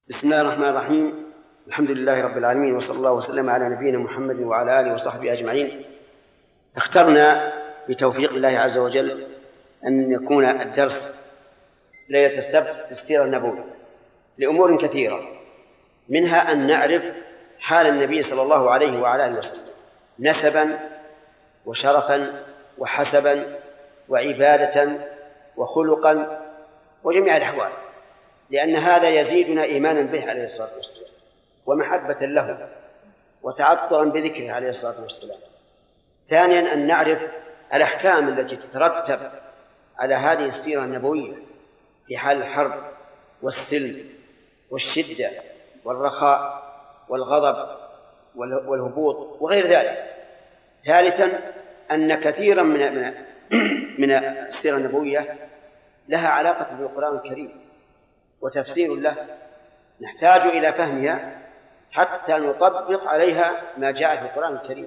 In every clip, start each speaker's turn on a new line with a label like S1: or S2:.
S1: بسم الله الرحمن الرحيم. الحمد لله رب العالمين، وصلى الله وسلم على نبينا محمد وعلى آله وصحبه أجمعين. اخترنا بتوفيق الله عز وجل أن يكون الدرس ليلة السبت في السيرة النبوية لأمور كثيرة، منها أن نعرف حال النبي صلى الله عليه وعلى آله وسلم نسبا وشرفا وحسبا وعبادة وخلقا وجميع الأحوال، لأن هذا يزيدنا إيمانا به عليه الصلاة والسلام ومحبة له وتعطرا بذكره عليه الصلاة والسلام. ثانيا أن نعرف الأحكام التي تترتب على هذه السيرة النبوية في حال الحرب والسلم والشدة والرخاء والغضب والهبوط وغير ذلك. ثالثا أن كثيرا من السيرة النبوية لها علاقة بالقرآن الكريم وتفسير له، نحتاج إلى فهمها حتى نطبق عليها ما جاء في القرآن الكريم.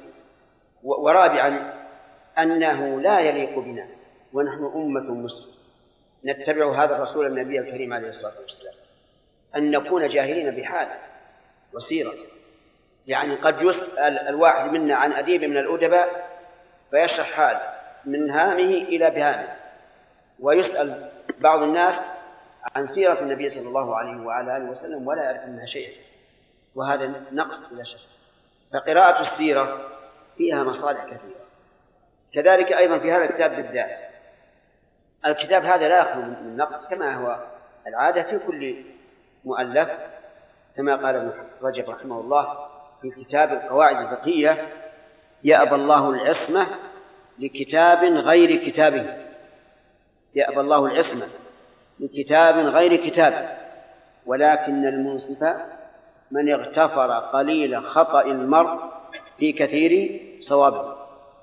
S1: ورابعا أنه لا يليق بنا ونحن أمة مسلمة نتبع هذا الرسول النبي الكريم عليه الصلاة والسلام أن نكون جاهلين بحاله وسيرة. يعني قد يسأل الواحد منا عن أديب من الأدباء فيشرح حاله من هامه إلى بهامه، ويسأل بعض الناس عن سيرة النبي صلى الله عليه وعلى آله وسلم ولا يعرف منها شيئا، وهذا نقص بلا شك. فقراءة السيرة فيها مصالح كثيرة. كذلك أيضا في هذا الكتاب بالذات، الكتاب هذا لا يخلو من نقص كما هو العادة في كل مؤلف، كما قال ابن رجب رحمه الله في كتاب القواعد الفقهية: يأبى الله العصمة لكتاب غير كتابه. يأبى الله العصمة لكتاب غير كتاب، ولكن المنصف من اغتفر قليل خطأ المرء في كثير صوابه.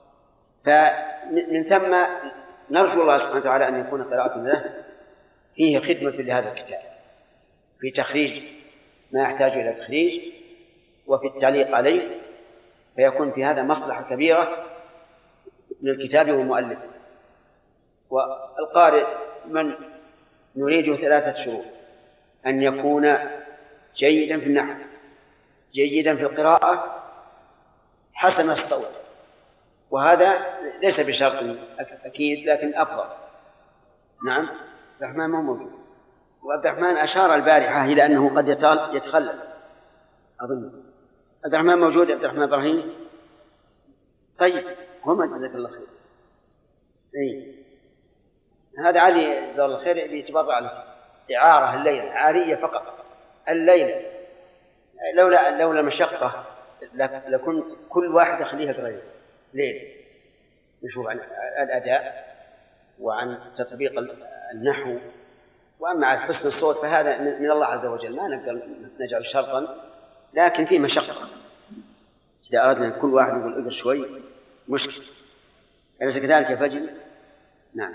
S1: فمن ثم نرجو الله سبحانه وتعالى أن يكون قراءتنا له فيه خدمة لهذا الكتاب في تخريج ما يحتاج إلى تخريج وفي التعليق عليه، فيكون في هذا مصلحة كبيرة للكتاب والمؤلف. والقارئ من نريد 3 شروط: أن يكون جيدا في النحو، جيدا في القراءة، حسن الصوت، وهذا ليس بشرط أكيد لكن أفضل. نعم، عبد الرحمن ما موجود، وعبد الرحمن أشار البارحة إلى أنه قد يتخلل أظن. عبد الرحمن موجود؟ عبد الرحمن إبراهيم؟ طيب، وما جزاك الله خير. هذا علي جزاه الله خير يتبرع له إعارة الليلة، عارية فقط الليلة. لولا مشقة لكنت كل واحد أخليها قريب ليل نشوف عن الأداء وعن تطبيق النحو. وأما عن حسن الصوت فهذا من الله عز وجل، ما نقدر نجعل شرطا، لكن فيه مشقة. إذا أردنا كل واحد يقول اقر شوي مشكل، أليس كذلك يا فجل؟ نعم،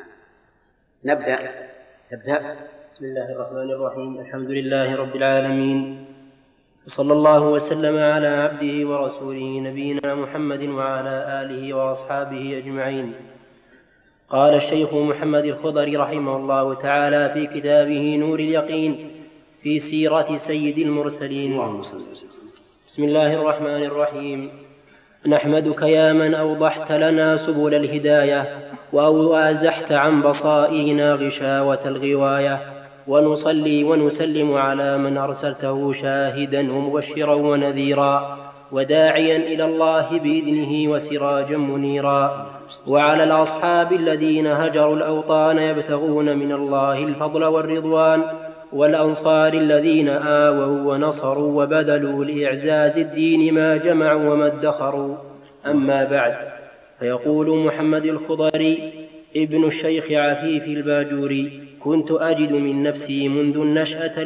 S1: تبدأ.
S2: بسم الله الرحمن الرحيم. الحمد لله رب العالمين، وصلى الله وسلم على عبده ورسوله نبينا محمد وعلى آله وأصحابه أجمعين. قال الشيخ محمد الخضري رحمه الله تعالى في كتابه نور اليقين في سيرة سيد المرسلين: بسم الله الرحمن الرحيم. نحمدك يا من أوضحت لنا سبل الهداية وأزحت عن بصائرنا غشاوة الغواية، ونصلي ونسلم على من أرسلته شاهدا ومبشرا ونذيرا وداعيا إلى الله بإذنه وسراجا منيرا، وعلى الأصحاب الذين هجروا الأوطان يبتغون من الله الفضل والرضوان، والأنصار الذين آووا ونصروا وبذلوا لإعزاز الدين ما جمعوا وما ادخروا. أما بعد، فيقول محمد الخضري ابن الشيخ عفيف الباجوري: كنت أجد من نفسي منذ النشأة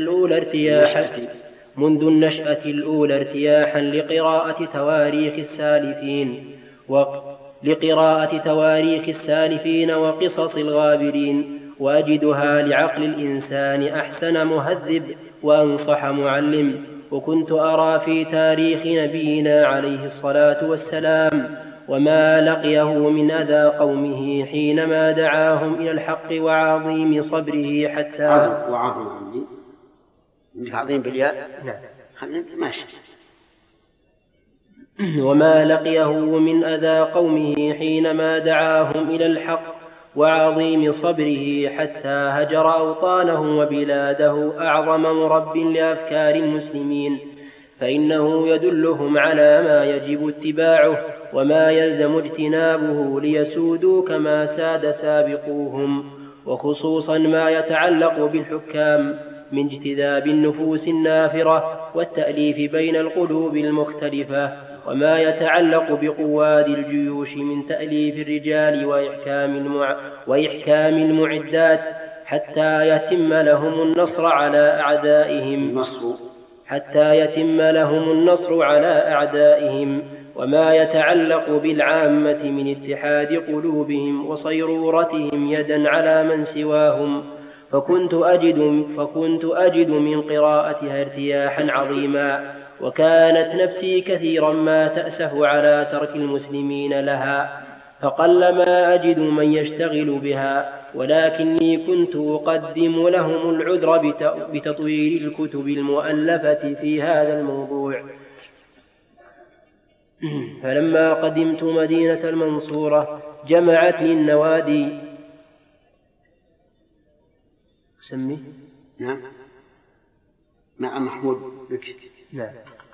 S2: الأولى ارتياحا لقراءة تواريخ السالفين وقصص الغابرين، وأجدها لعقل الإنسان أحسن مهذب وأنصح معلم. وكنت أرى في تاريخ نبينا عليه الصلاة والسلام وما لقيه من أذى قومه حينما دعاهم إلى الحق وعظيم صبره حتى
S1: عظيم بالياء.
S2: نعم.
S1: ماشي.
S2: وما لقيه من أذى قومه حينما دعاهم إلى الحق وعظيم صبره حتى هجر أوطانه وبلاده أعظم مرب لأفكار المسلمين، فإنه يدلهم على ما يجب اتباعه وما يلزم اجتنابه ليسودوا كما ساد سابقوهم، وخصوصا ما يتعلق بالحكام من اجتذاب النفوس النافرة والتأليف بين القلوب المختلفة، وما يتعلق بقواد الجيوش من تأليف الرجال وإحكام المعدات حتى يتم لهم النصر على أعدائهم، وما يتعلق بالعامة من اتحاد قلوبهم وصيرورتهم يدا على من سواهم. فكنت أجد من قراءتها ارتياحا عظيما، وكانت نفسي كثيرا ما تأسف على ترك المسلمين لها، فقلما أجد من يشتغل بها، ولكني كنت أقدم لهم العذر بتطوير الكتب المؤلفة في هذا الموضوع. فلما قدمت مدينة المنصورة جمعتني النوادي
S1: مع محمود بك.
S2: نعم.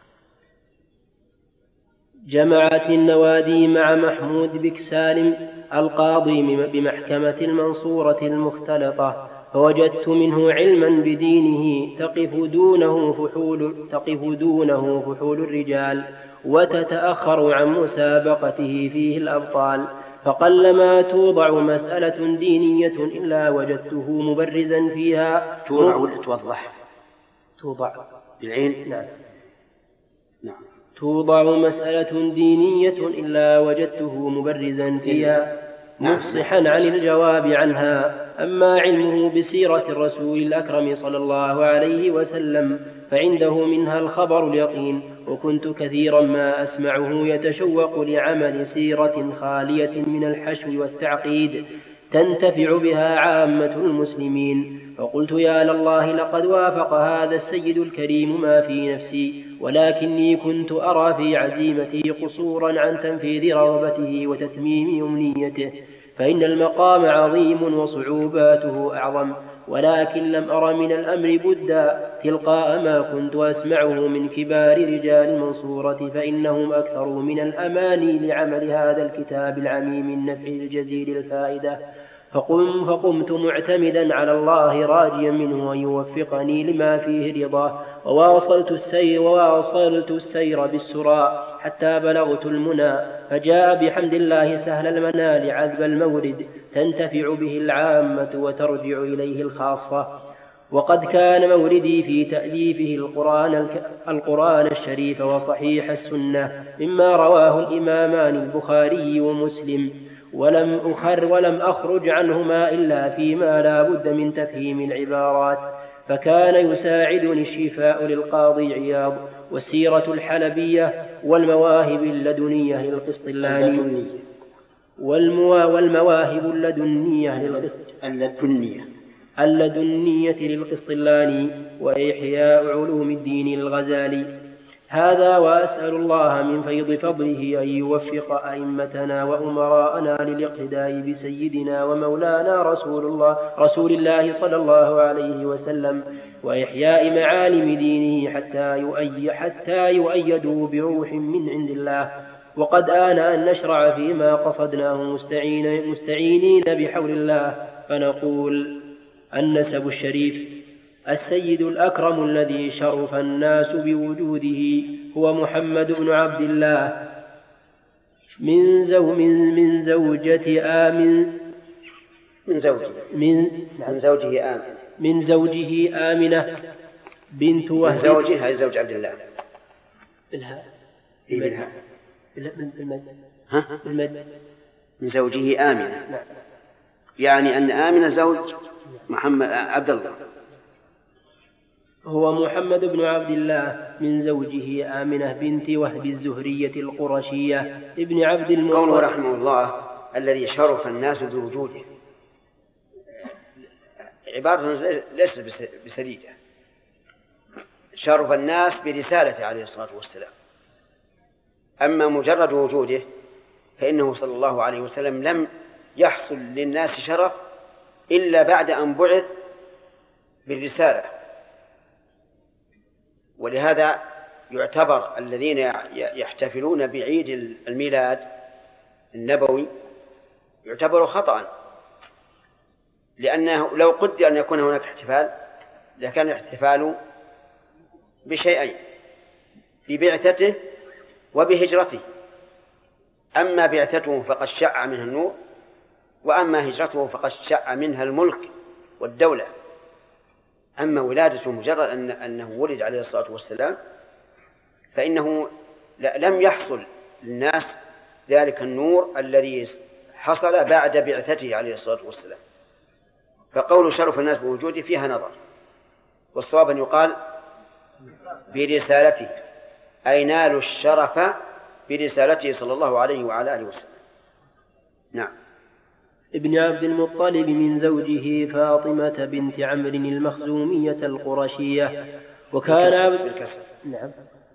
S2: جمعتني النوادي مع محمود بك سالم القاضي بمحكمة المنصورة المختلطة، فوجدت منه علما بدينه تقف دونه فحول الرجال وتتأخر عن مسابقته فيه الأبطال، فقلما توضع مسألة دينية إلا وجدته مبرزا فيها. توضع
S1: بالعين.
S2: نعم. توضع مسألة دينية إلا وجدته مبرزا فيها مفصحا عن الجواب عنها. أما علمه بسيرة الرسول الأكرم صلى الله عليه وسلم فعنده منها الخبر اليقين، وكنت كثيرا ما أسمعه يتشوق لعمل سيرة خالية من الحشو والتعقيد تنتفع بها عامة المسلمين. فقلت يا لله لقد وافق هذا السيد الكريم ما في نفسي، ولكني كنت أرى في عزيمتي قصورا عن تنفيذ رغبته وتتميم أمنيته، فإن المقام عظيم وصعوباته أعظم، ولكن لم أر من الأمر بدا تلقاء ما كنت أسمعه من كبار رجال المنصورة، فإنهم أكثر من الأماني لعمل هذا الكتاب العميم النفع الجزيل الفائدة. فقمت معتمدا على الله راجيا منه أن يوفقني لما فيه رضاه، وواصلت السير بالسراء حتى بلغت المنى، فجاء بحمد الله سهل المنال عذب المورد تنتفع به العامة وترجع إليه الخاصة. وقد كان موردي في تأليفه القرآن الشريف وصحيح السنة مما رواه الإمامان البخاري ومسلم، ولم أخرج عنهما إلا فيما لا بد من تفهيم العبارات، فكان يساعدني الشفاء للقاضي عياض والسيرة الحلبية والمواهب اللدنية للقسطلاني للقسطلاني وإحياء علوم الدين للغزالي. هذا وأسأل الله من فيض فضله أن يوفق أئمتنا وأمراءنا للاقتداء بسيدنا ومولانا رسول الله صلى الله عليه وسلم، وإحياء معالم دينه حتى يؤيدوا بروح من عند الله. وقد آن أن نشرع فيما قصدناه مستعينين بحول الله، فنقول: النسب الشريف. السيد الأكرم الذي شرف الناس بوجوده هو محمد بن عبد الله من زوجه آمنة بنت وهب.
S1: زوجها زوج عبد الله. من زوجه آمنة.
S2: نعم.
S1: يعني أن آمنة زوج محمد عبد الله.
S2: هو محمد بن عبد الله من زوجه آمنة بنت وهب الزهرية القرشية ابن عبد المطلب.
S1: قوله رحمه الله الذي شرف الناس بوجوده، عبارة ليست بسديدة، شرف الناس برسالته عليه الصلاة والسلام. أما مجرد وجوده فإنه صلى الله عليه وسلم لم يحصل للناس شرف إلا بعد أن بعث بالرسالة. ولهذا يعتبر الذين يحتفلون بعيد الميلاد النبوي يعتبر خطأ، لأنه لو قدر أن يكون هناك احتفال لكان الاحتفال بشيئين: ببعثته وبهجرته. أما بعثته فقد شع منها النور، وأما هجرته فقد شع منها الملك والدولة. أما ولادته مجرد أنه ولد عليه الصلاة والسلام فإنه لم يحصل للناس ذلك النور الذي حصل بعد بعثته عليه الصلاة والسلام. فقول شرف الناس بوجوده فيها نظر، والصواب أن يقال برسالته، أي نالوا الشرف برسالته صلى الله عليه وعلى آله وسلم. نعم.
S2: ابن عبد المطلب من زوجه فاطمة بنت عمرو المخزومية القرشية، وكان نعم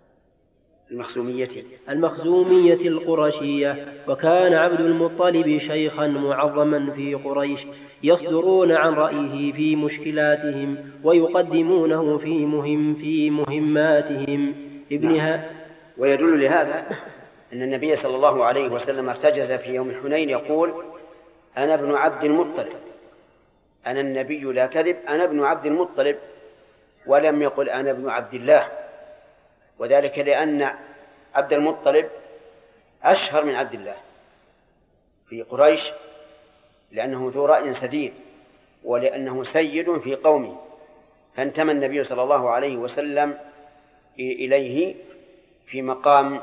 S2: المخزومية القرشية، وكان عبد المطلب شيخا معظما في قريش، يصدرون عن رأيه في مشكلاتهم ويقدمونه في مهماتهم.
S1: ويدل لهذا أن النبي صلى الله عليه وسلم ارتجز في يوم حنين يقول: أنا ابن عبد المطلب، أنا النبي لا كذب، أنا ابن عبد المطلب، ولم يقل أنا ابن عبد الله. وذلك لأن عبد المطلب أشهر من عبد الله في قريش، لأنه ذو رأي سديد، ولأنه سيد في قومه، فانتمى النبي صلى الله عليه وسلم إليه في مقام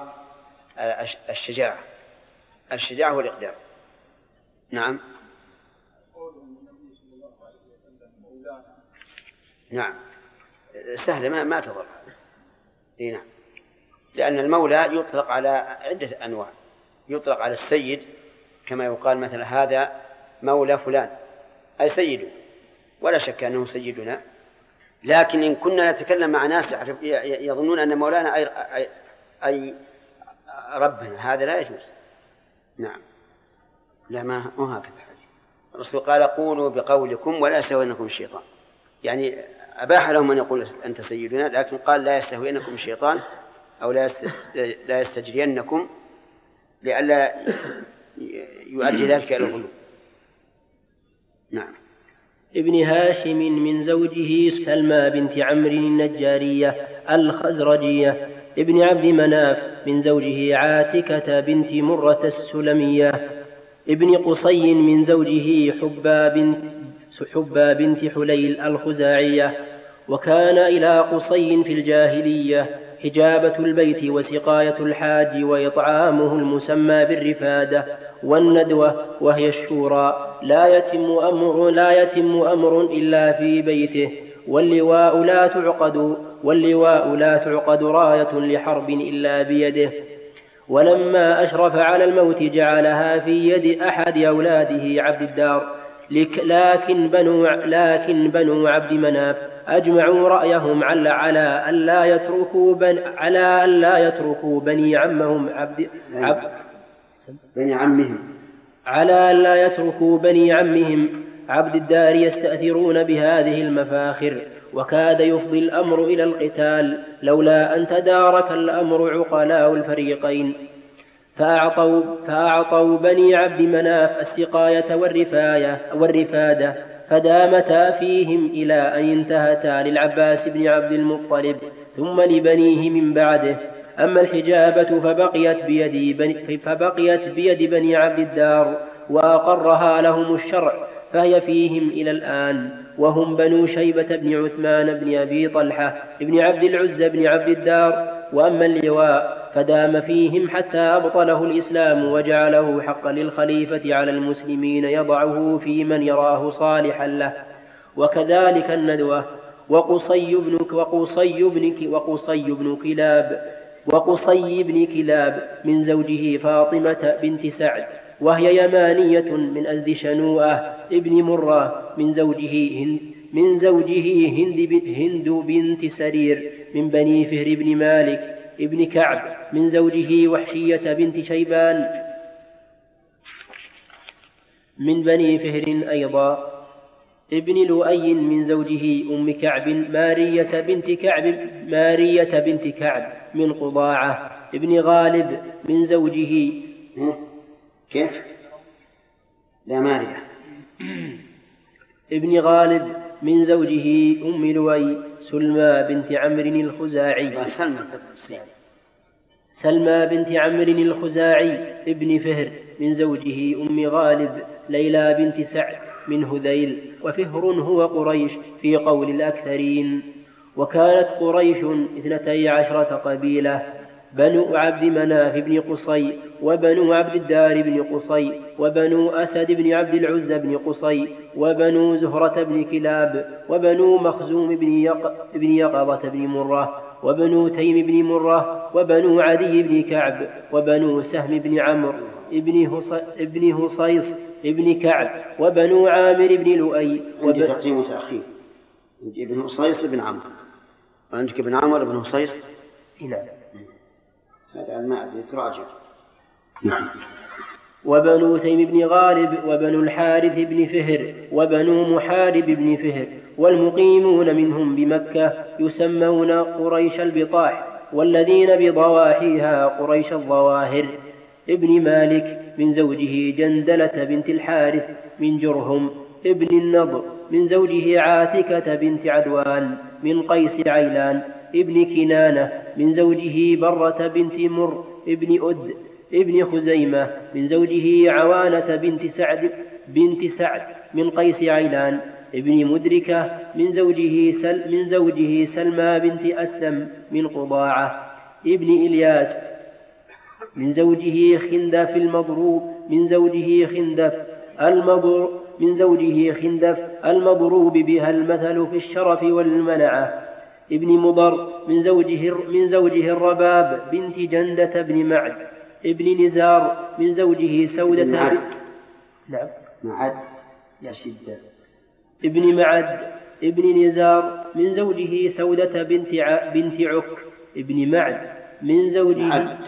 S1: الشجاعة والإقدام. نعم. نعم سهلة ما تضر. نعم، لأن المولى يطلق على عدة أنواع، يطلق على السيد كما يقال مثلا هذا مولى فلان أي سيده، ولا شك أنه سيدنا. لكن إن كنا نتكلم مع ناس يظنون أن مولانا أي ربنا، هذا لا يجوز. نعم، لا ما هكذا. الرسول قال: قولوا بقولكم ولا يستهوينكم الشيطان، يعني أباح لهم أن يقول أنت سيدنا، لكن قال لا يستهوينكم الشيطان أو لا يستجرينكم، لئلا يؤدي ذلك إلى الغلو. نعم.
S2: ابن هاشم من زوجه سلمى بنت عمرو النجارية الخزرجية، ابن عبد مناف من زوجه عاتكة بنت مرة السلمية، ابن قصي من زوجه حبى بنت حليل الخزاعية. وكان إلى قصي في الجاهلية حجابة البيت وسقاية الحاج وإطعامه المسمى بالرفادة والندوة، وهي الشورى. لا يتم أمر إلا في بيته، واللواء لا تعقد راية لحرب إلا بيده. ولما أشرف على الموت جعلها في يد أحد أولاده عبد الدار، لكن بنو عبد مناف أجمعوا رأيهم على أن لا يتركوا بني عمهم عبد الدار يستأثرون بهذه المفاخر، وكاد يفضي الأمر إلى القتال لولا أن تدارك الأمر عقلاء الفريقين، فأعطوا بني عبد مناف السقاية والرفادة، فدامتا فيهم إلى أن انتهتا للعباس بن عبد المطلب ثم لبنيه من بعده. أما الحجابة فبقيت بيد بني عبد الدار، وأقرها لهم الشرع، فهي فيهم إلى الآن، وهم بنو شيبة بن عثمان بن أبي طلحة بن عبد العزى بن عبد الدار. وأما اللواء فدام فيهم حتى أبطله الإسلام وجعله حقا للخليفة على المسلمين يضعه في من يراه صالحا له. وكذلك الندوة. وقصي بن كلاب من زوجه فاطمة بنت سعد، وهي يمانية من أزد شنوءة ابن مرة من زوجه من زوجه هند بنت سرير من بني فهر بن مالك ابن كعب من زوجه وحشية بنت شيبان من بني فهر أيضا ابن لؤي من زوجه أم كعب مارية بنت كعب من قضاعة ابن غالب من زوجه
S1: كيف؟ لا مارية
S2: ابن غالب من زوجه أم لؤي سلمى بنت عمرو الخزاعي سلمى بنت عمرو الخزاعي ابن فهر من زوجه أم غالب ليلى بنت سعد من هذيل وفهر هو قريش في قول الأكثرين. وكانت قريش 12 قبيلة بنو عبد مناف بن قصي وبنو عبد الدار بن قصي وبنو أسد بن عبد العزى بن قصي وبنو زهرة بن كلاب وبنو مخزوم بن يقظة بن مرة وبنو تيم بن مرة وبنو عدي بن كعب وبنو سهم بن عمرو ابن هصيص ابن كعب وبنو عامر بن لؤي
S1: عندي تقديم وتأخير. عندي ابن هصيص بن عمرو وعندك ابن عمرو بن هصيص.
S2: نعم
S1: هذا الماء يتراجع.
S2: وبنو تيم بن غالب وبنو الحارث بن فهر وبنو محارب بن فهر والمقيمون منهم بمكة يسمون قريش البطاح والذين بضواحيها قريش الظواهر. ابن مالك من زوجه جندلة بنت الحارث من جرهم ابن النضر من زوجه عاتكة بنت عدوان من قيس عيلان ابن كنانة من زوجه برة بنت مر ابن أد ابن خزيمة من زوجه عوانة بنت سعد من قيس عيلان ابن مدركة من زوجه سلمى بنت أسلم من قضاعة ابن إلياس من زوجه خندف المضروب بها المثل في الشرف والمنعة ابن مضر من زوجه الرباب بنت جندة بن معد ابن نزار من زوجه سودة ابن معد ابن نزار من زوجه سودة بنت عك ابن معد من زوجه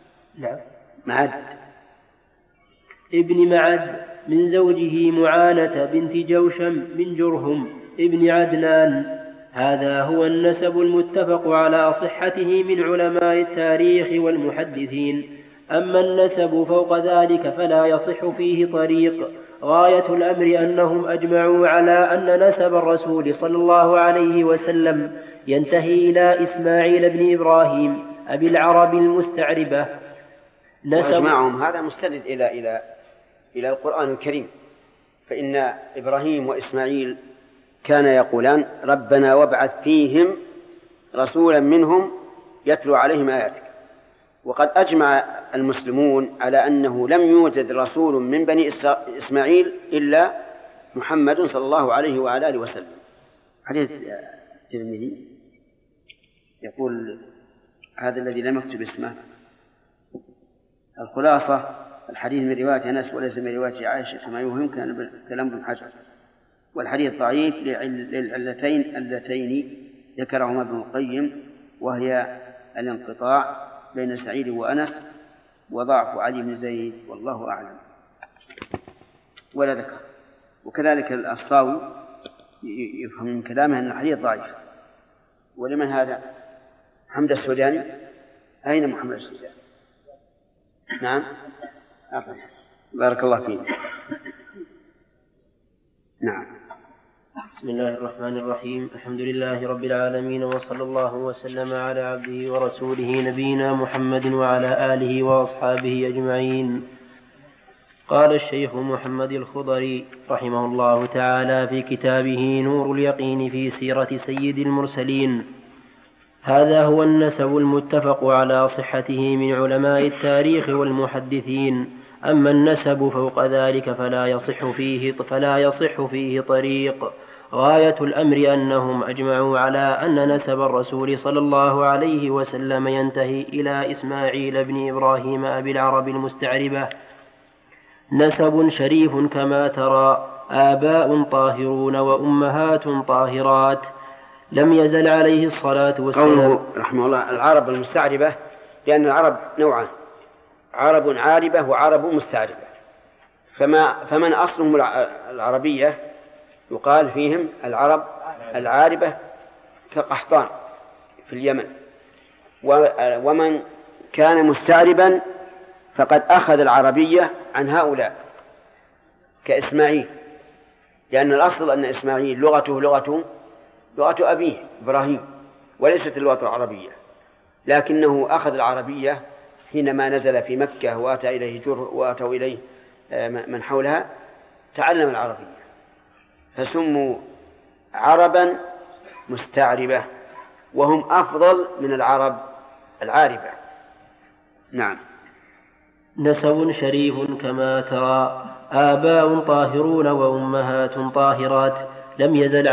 S2: ابن معد من زوجه معانة بنت جوشم من جرهم ابن عدنان. هذا هو النسب المتفق على صحته من علماء التاريخ والمحدثين. أما النسب فوق ذلك فلا يصح فيه طريق. غاية الأمر أنهم أجمعوا على أن نسب الرسول صلى الله عليه وسلم ينتهي إلى إسماعيل بن إبراهيم أبي العرب المستعربة.
S1: وإجماعهم هذا مستند إلى القرآن الكريم، فإن إبراهيم وإسماعيل كان يقولان ربنا وابعث فيهم رسولا منهم يتلو عليهم آياتك. وقد أجمع المسلمون على أنه لم يوجد رسول من بني إسماعيل إلا محمد صلى الله عليه وعلى آله وسلم. حديث الترمذي يقول هذا الذي لم يكتب اسمه الخلاصة الحديث من رواية أنس وليس من رواية عائشة كما يوهم كلام ابن حجر، والحديث ضعيف للعلتين اللتين ذكرهما ابن القيم، وهي الانقطاع بين سعيد وأنس وضعف علي بن زيد والله أعلم ولا ذكر. وكذلك الصاوي يفهم من كلامه أن الحديث ضعيف. ولمن هذا؟ محمد السوداني. أين محمد السوداني؟ نعم بارك الله فيك. نعم.
S2: بسم الله الرحمن الرحيم. الحمد لله رب العالمين، وصلى الله وسلم على عبده ورسوله نبينا محمد وعلى آله وأصحابه أجمعين. قال الشيخ محمد الخضري رحمه الله تعالى في كتابه نور اليقين في سيرة سيد المرسلين: هذا هو النسب المتفق على صحته من علماء التاريخ والمحدثين. أما النسب فوق ذلك فلا يصح فيه طريق. غاية الأمر أنهم أجمعوا على أن نسب الرسول صلى الله عليه وسلم ينتهي إلى إسماعيل بن إبراهيم أبي العرب المستعربة، نسب شريف كما ترى، آباء طاهرون وأمهات طاهرات لم يزل عليه الصلاة والسلام.
S1: قوله رحمه الله العرب المستعربة، لأن العرب نوعان، عرب عاربة وعرب مستعربة، فمن أصلهم العربية يقال فيهم العرب العاربة كقحطان في اليمن، ومن كان مستعربا فقد أخذ العربية عن هؤلاء كإسماعيل، لأن الأصل أن إسماعيل لغته لغة أبيه إبراهيم وليست اللغة العربية، لكنه أخذ العربية حينما نزل في مكة وأتوا إليه من حولها تعلم العربية، فسموا عربا مستعربة، وهم أفضل من العرب العاربة. نعم.
S2: نسب شريف كما ترى، آباء طاهرون وأمهات طاهرات لم يزل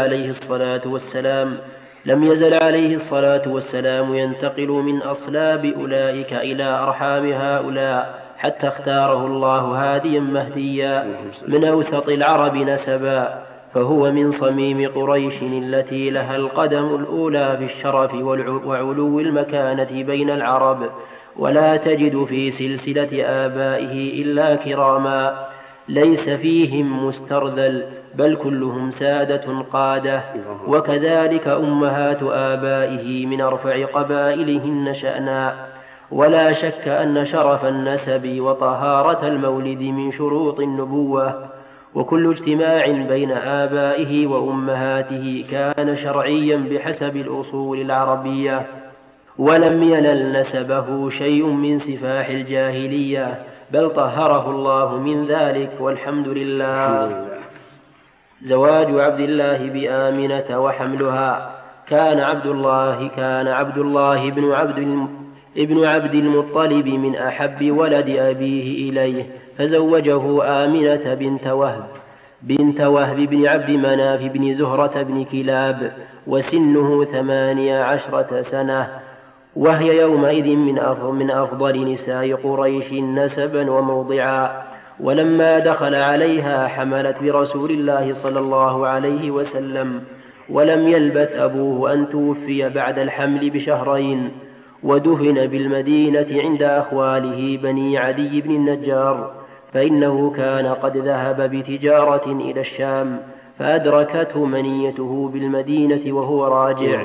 S2: عليه الصلاة والسلام ينتقل من أصلاب أولئك إلى أرحام هؤلاء، حتى اختاره الله هاديا مهديا من أوسط العرب نسبا، فهو من صميم قريش التي لها القدم الأولى في الشرف وعلو المكانة بين العرب، ولا تجد في سلسلة آبائه إلا كراما ليس فيهم مسترذل، بل كلهم سادة قادة، وكذلك أمهات آبائه من أرفع قبائلهن شأنا. ولا شك أن شرف النسب وطهارة المولد من شروط النبوة، وكل اجتماع بين آبائه وأمهاته كان شرعيا بحسب الأصول العربية، ولم ينل نسبه شيء من سفاح الجاهلية، بل طهره الله من ذلك، والحمد لله. زواج عبد الله بآمنة وحملها. كان عبد الله ابن عبد المطلب من أحب ولد أبيه إليه، فزوجه آمنة بنت وهب بن عبد مناف بن زهرة بن كلاب، وسنه 18 سنة، وهي يومئذ من أفضل نساء قريش نسبا وموضعا. ولما دخل عليها حملت برسول الله صلى الله عليه وسلم، ولم يلبث أبوه أن توفي بعد الحمل بشهرين، ودفن بالمدينة عند أخواله بني عدي بن النجار، فإنه كان قد ذهب بتجارة إلى الشام، فأدركته منيته بالمدينة وهو راجع.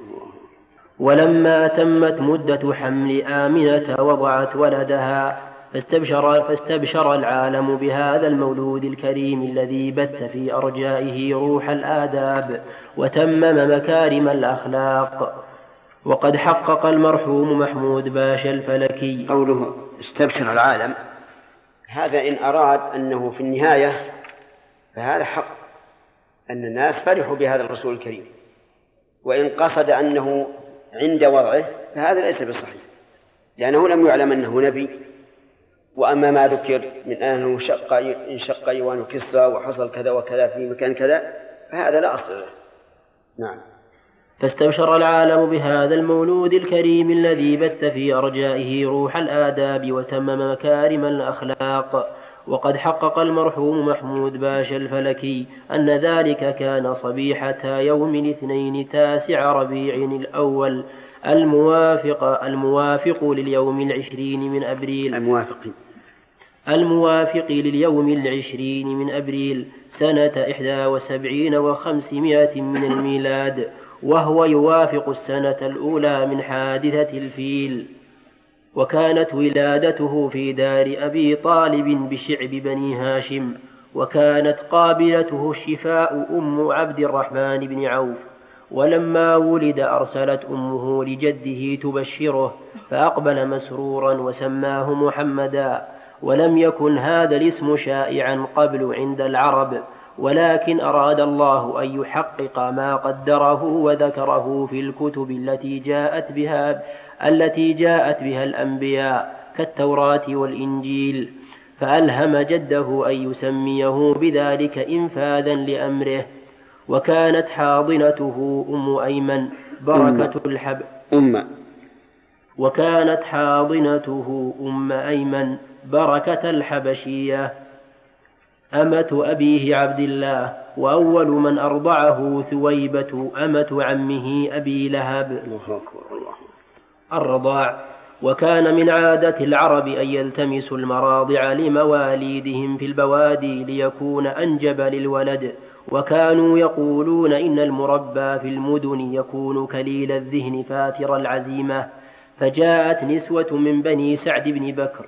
S2: ولما تمت مدة حمل آمنة وضعت ولدها، فاستبشر العالم بهذا المولود الكريم الذي بث في أرجائه روح الآداب وتمم مكارم الأخلاق. وقد حقق المرحوم محمود باشا الفلكي.
S1: قوله استبشر العالم، هذا إن أراد أنه في النهاية فهذا حق، أن الناس فرحوا بهذا الرسول الكريم، وإن قصد أنه عند وضعه فهذا ليس بصحيح، لأنه لم يعلم أنه نبي. وأما ما ذكر من أنه انشق أيوان كسرى وحصل كذا وكذا في مكان كذا فهذا لا أصل له. نعم.
S2: فاستبشر العالم بهذا المولود الكريم الذي بث في أرجائه روح الآداب وتمم مكارم الأخلاق. وقد حقق المرحوم محمود باشا الفلكي أن ذلك كان صبيحة يوم الاثنين 9 ربيع الأول الموافق لليوم 20 من أبريل من أبريل سنة 71 و500 من الميلاد، وهو يوافق السنة الأولى من حادثة الفيل. وكانت ولادته في دار أبي طالب بشعب بني هاشم، وكانت قابلته الشفاء أم عبد الرحمن بن عوف. ولما ولد أرسلت أمه لجده تبشره، فأقبل مسرورا وسماه محمدا. ولم يكن هذا الاسم شائعا قبل عند العرب، ولكن أراد الله أن يحقق ما قدره وذكره في الكتب التي جاءت بها الأنبياء كالتوراة والإنجيل، فألهم جده أن يسميه بذلك إنفاذا لأمره. وكانت حاضنته أم أيمن بركة الحبشية. أمة أبيه عبد الله، وأول من أرضعه ثويبة أمة عمه أبي لهب. الرضاع. وكان من عادة العرب أن يلتمسوا المراضع لمواليدهم في البوادي ليكون أنجب للولد، وكانوا يقولون إن المربى في المدن يكون كليل الذهن فاتر العزيمة. فجاءت نسوة من بني سعد بن بكر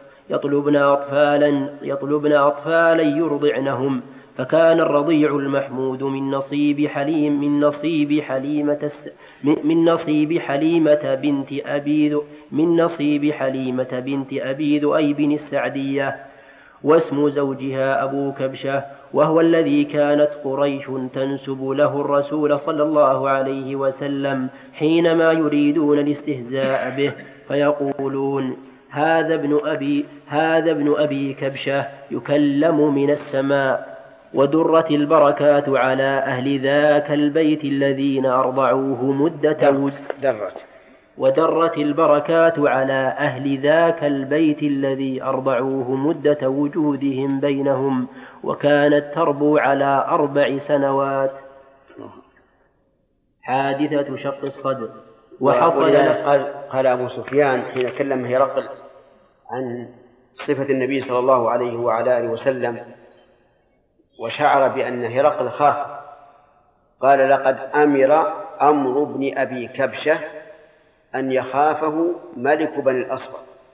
S2: يطلبن أطفالا يرضعنهم، فكان الرضيع المحمود من نصيب حليمة بنت أبي ذؤيب السعدية، واسم زوجها أبو كبشة، وهو الذي كانت قريش تنسب له الرسول صلى الله عليه وسلم حينما يريدون الاستهزاء به، فيقولون: هذا ابن أبي كبشة يكلم من السماء. ودرت البركات على أهل ذاك البيت الذين أرضعوه مدة وجودهم بينهم، وكانت تربو على 4 سنوات. حادثة شق الصدر.
S1: وحصل قال أبو سفيان حين كلم هرقل عن صفة النبي صلى الله عليه وعلى آله وسلم وشعر بأن هرقل خاف، قال: لقد أمر أمر بن أبي كبشة أن يخافه ملك بني الأصفر.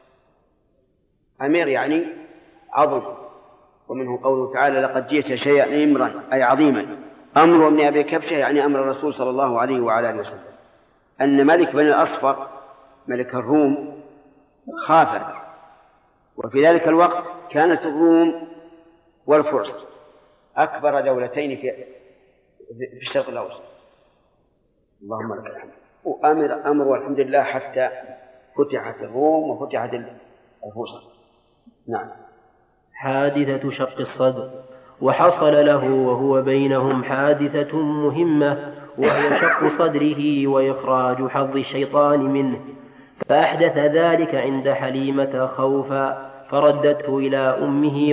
S1: أمير يعني عظم، ومنه قوله تعالى: لقد جئت شيئا إمرا أي عظيما. أمر بن أبي كبشة يعني أمر الرسول صلى الله عليه وعلى آله وسلم أن ملك بني الأصفر ملك الروم خاف. وفي ذلك الوقت كانت الروم والفرس أكبر دولتين في الشرق الأوسط. اللهم لك الحمد. وأمر والحمد لله حتى فتحت الروم وفتحت الفرس. نعم.
S2: حادثة شق الصدر. وحصل له وهو بينهم حادثة مهمة، وهي شق صدره وإخراج حظ الشيطان منه، فأحدث ذلك عند حليمة خوفا، فردته إلى أمه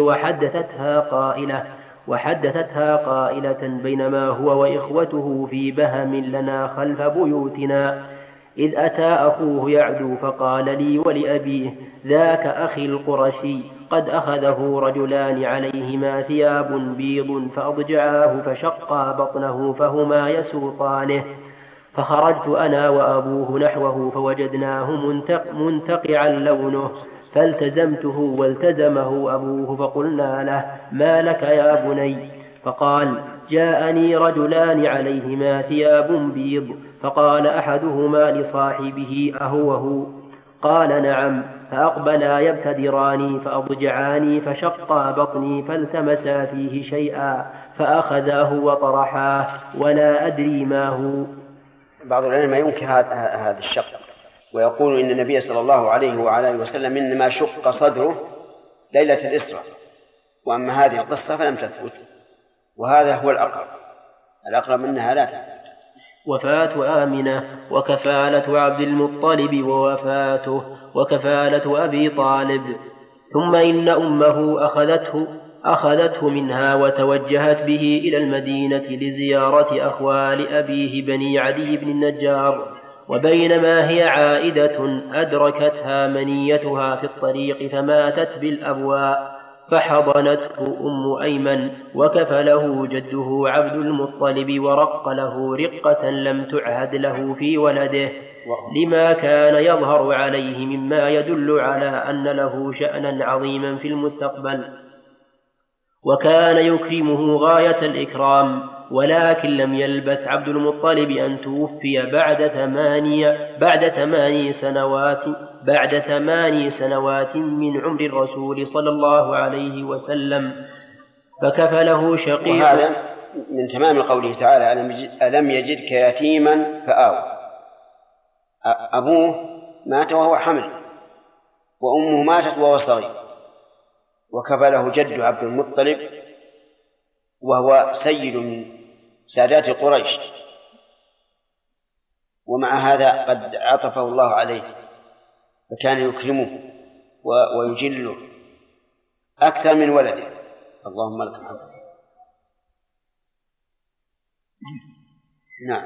S2: وحدثتها قائلة: بينما هو وإخوته في بهم لنا خلف بيوتنا، إذ أتى أخوه يعدو فقال لي ولأبيه: ذاك أخي القرشي قد أخذه رجلان عليهما ثياب بيض فأضجعاه فشقا بطنه فهما يسوقانه، فخرجت أنا وأبوه نحوه فوجدناه منتقعا لونه، فالتزمته والتزمه أبوه، فقلنا له: ما لك يا بني؟ فقال: جاءني رجلان عليهما ثياب بيض، فقال أحدهما لصاحبه: أهو؟ قال: نعم. فأقبلا يبتدراني فأضجعاني فشقا بطني فالتمسا فيه شيئا فأخذاه وطرحاه ولا أدري ما هو.
S1: بعض العلماء ينكر هذا الشق، ويقول إن النبي صلى الله عليه وعلى آله وسلم إنما شق صدره ليلة الإسراء، وأما هذه القصة فلم تثبت، وهذا هو الأقرب منها لا تثبت.
S2: وفاة آمنة، وكفالة عبد المطلب ووفاته، وكفالة أبي طالب. ثم إن أمه أخذته منها وتوجهت به إلى المدينة لزيارة أخوال أبيه بني عدي بن النجار، وبينما هي عائدة أدركتها منيتها في الطريق فماتت بالأبواء، فحضنته أم أيمن، وكفله جده عبد المطلب ورق له رقة لم تعهد له في ولده، لما كان يظهر عليه مما يدل على أن له شأنا عظيما في المستقبل، وكان يكرمه غاية الإكرام. ولكن لم يلبث عبد المطلب أن توفي بعد 8 سنوات من عمر الرسول صلى الله عليه وسلم، فكفله شقيق.
S1: وهذا من تمام قوله تعالى: ألم يجدك يتيما فآوى. أبوه مات وهو حمل، وأمه ماتت وهو صغير، وكفله جد عبد المطلب وهو سيد من سادات قريش، ومع هذا قد عطفه الله عليه، فكان يكرمه ويجله أكثر من ولده، اللهم لك الحمد. نعم.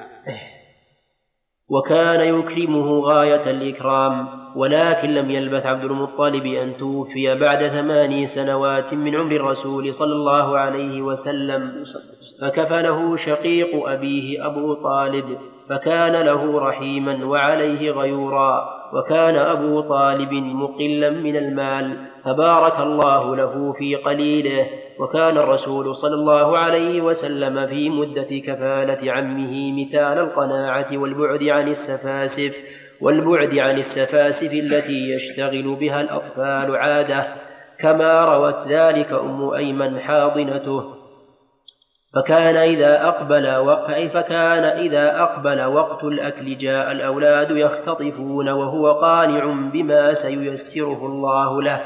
S2: وكان يكرمه غاية الإكرام، ولكن لم يلبث عبد المطلب أن توفي بعد 8 سنوات من عمر الرسول صلى الله عليه وسلم، فكفله شقيق أبيه أبو طالب، فكان له رحيما وعليه غيورا، وكان أبو طالب مقلا من المال، فبارك الله له في قليله. وكان الرسول صلى الله عليه وسلم في مدة كفالة عمه مثال القناعة والبعد عن السفاسف التي يشتغل بها الأطفال عادة، كما روت ذلك أم أيمن حاضنته. فكان إذا أقبل وقت الأكل جاء الأولاد يختطفون وهو قانع بما سييسره الله له.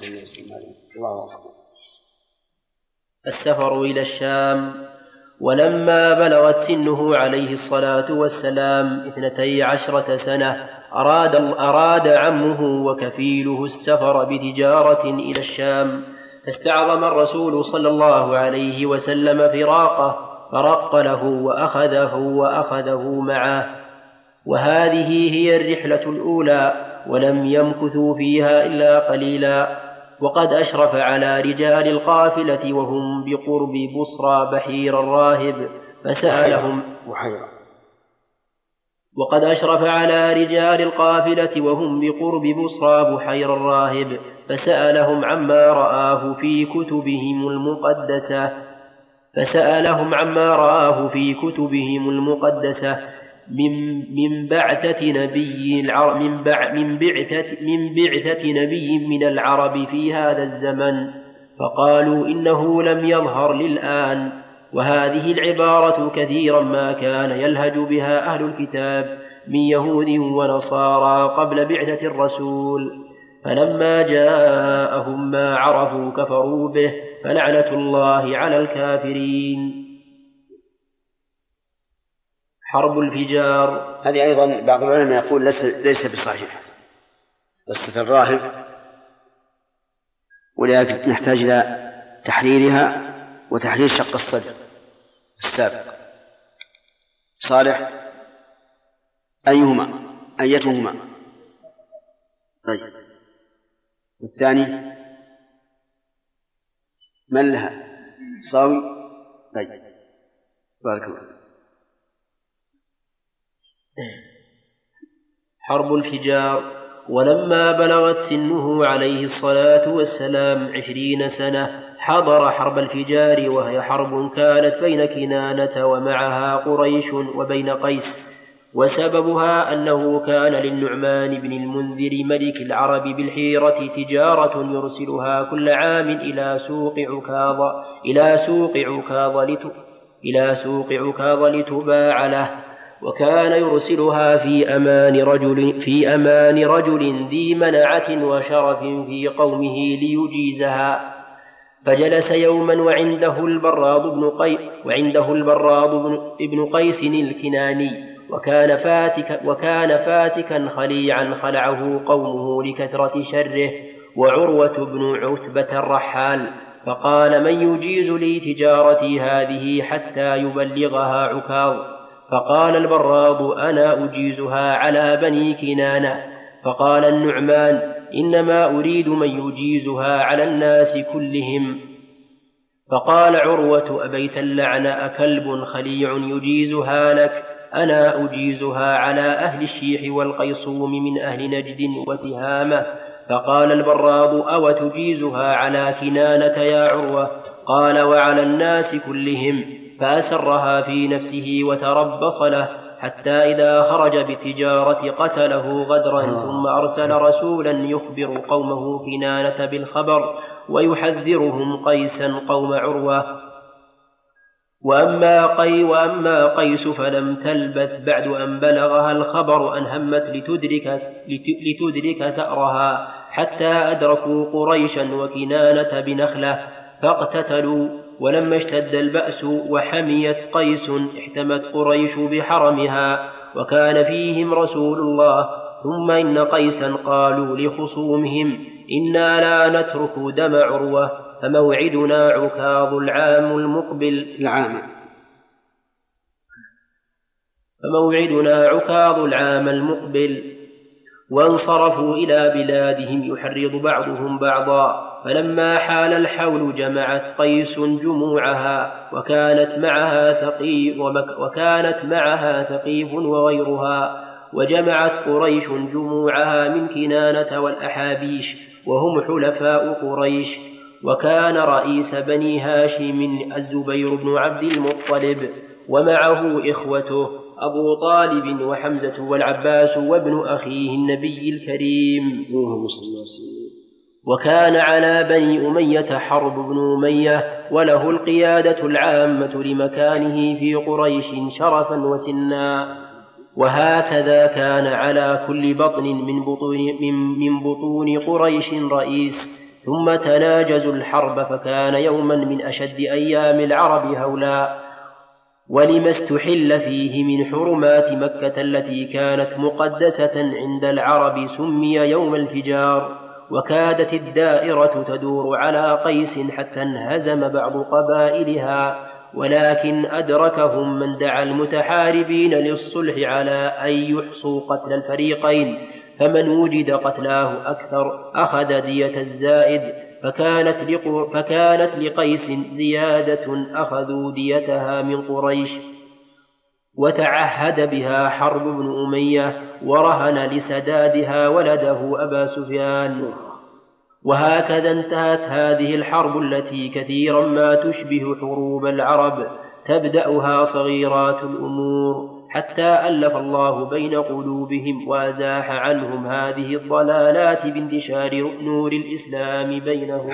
S2: السفر إلى الشام. ولما بلغت سنه عليه الصلاة والسلام 12 سنة أراد عمه وكفيله السفر بتجارة إلى الشام، فاستعظم الرسول صلى الله عليه وسلم فراقه، فرق له وأخذه معه. وهذه هي الرحلة الأولى، ولم يمكثوا فيها إلا قليلا. وقد أشرف على رجال القافلة وهم بقرب بصرى بحير الراهب فسألهم عما رآه في كتبهم المقدسة من بعثة نبي من العرب في هذا الزمن، فقالوا إنه لم يظهر للآن. وهذه العبارة كثيرا ما كان يلهج بها أهل الكتاب من يهود ونصارى قبل بعثة الرسول، فلما جاءهم ما عرفوا كفروا به، فلعنة الله على الكافرين. حرب الفجار.
S1: هذه أيضا بعض العلماء يقول ليس بصحيح، قصة الراهب، ولكن نحتاج إلى تحريرها وتحرير شق الصدر السابق. صالح أيتهما؟ طيب، والثاني من لها؟ صاوي. طيب، بارك الله.
S2: حرب الفجار. ولما بلغت سنه عليه الصلاة والسلام 20 سنة حضر حرب الفجار، وهي حرب كانت بين كنانة ومعها قريش وبين قيس، وسببها أنه كان للنعمان بن المنذر ملك العرب بالحيرة تجارة يرسلها كل عام إلى سوق عكاظ لتباع له، وكان يرسلها في أمان رجل ذي منعة وشرف في قومه ليجيزها. فجلس يوما وعنده البراض بن قيس الكناني، وكان فاتكا خليعا خلعه قومه لكثرة شره، وعروة بن عتبة الرحال، فقال: من يجيز لي تجارتي هذه حتى يبلغها عكاظ؟ فقال البراض: أنا أجيزها على بني كنانة. فقال النعمان: إنما أريد من يجيزها على الناس كلهم. فقال عروة: أبيت اللعن أكلب خليع يجيزها لك؟ أنا أجيزها على أهل الشيح والقيصوم من أهل نجد وتهامة. فقال البراض: أو تجيزها على كنانة يا عروة؟ قال: وعلى الناس كلهم. فأسرها في نفسه وتربص له حتى إذا خرج بالتجارة قتله غدرا، ثم أرسل رسولا يخبر قومه كنانة بالخبر ويحذرهم قيسا قوم عروة. وأما قيس فلم تلبث بعد أن بلغها الخبر أن همت لتدرك ثأرها، حتى أدركوا قريشا وكنانة بنخلة فاقتتلوا. ولما اشتد البأس وحميت قيس احتمت قريش بحرمها، وكان فيهم رسول الله. ثم إن قيسا قالوا لخصومهم: إنا لا نترك دم عروة، فموعدنا عكاظ العام المقبل. فموعدنا عكاظ العام المقبل. وانصرفوا إلى بلادهم يحرض بعضهم بعضا. فلما حال الحول جمعت قيس جموعها وكانت معها ثقيف وغيرها، وجمعت قريش جموعها من كنانة والأحابيش وهم حلفاء قريش. وكان رئيس بني هاشم الزبير بن عبد المطلب، ومعه إخوته أبو طالب وحمزة والعباس وابن أخيه النبي الكريم. وكان على بني أمية حرب بن أمية، وله القيادة العامة لمكانه في قريش شرفا وسنا. وهكذا كان على كل بطن من بطون قريش رئيس. ثم تناجزوا الحرب، فكان يوما من أشد أيام العرب هولا، ولما استحل فيه من حرمات مكة التي كانت مقدسة عند العرب سمي يوم الفجار. وكادت الدائرة تدور على قيس حتى انهزم بعض قبائلها، ولكن أدركهم من دعا المتحاربين للصلح على أن يحصوا قتل الفريقين، فمن وجد قتلاه أكثر أخذ دية الزائد، فكانت لقيس زيادة أخذوا ديتها من قريش. وتعهد بها حرب بن أمية، ورهن لسدادها ولده أبا سفيان. وهكذا انتهت هذه الحرب التي كثيرا ما تشبه حروب العرب، تبدأها صغيرات الأمور حتى ألف الله بين قلوبهم وأزاح عنهم هذه الضلالات بانتشار نور الإسلام بينهم.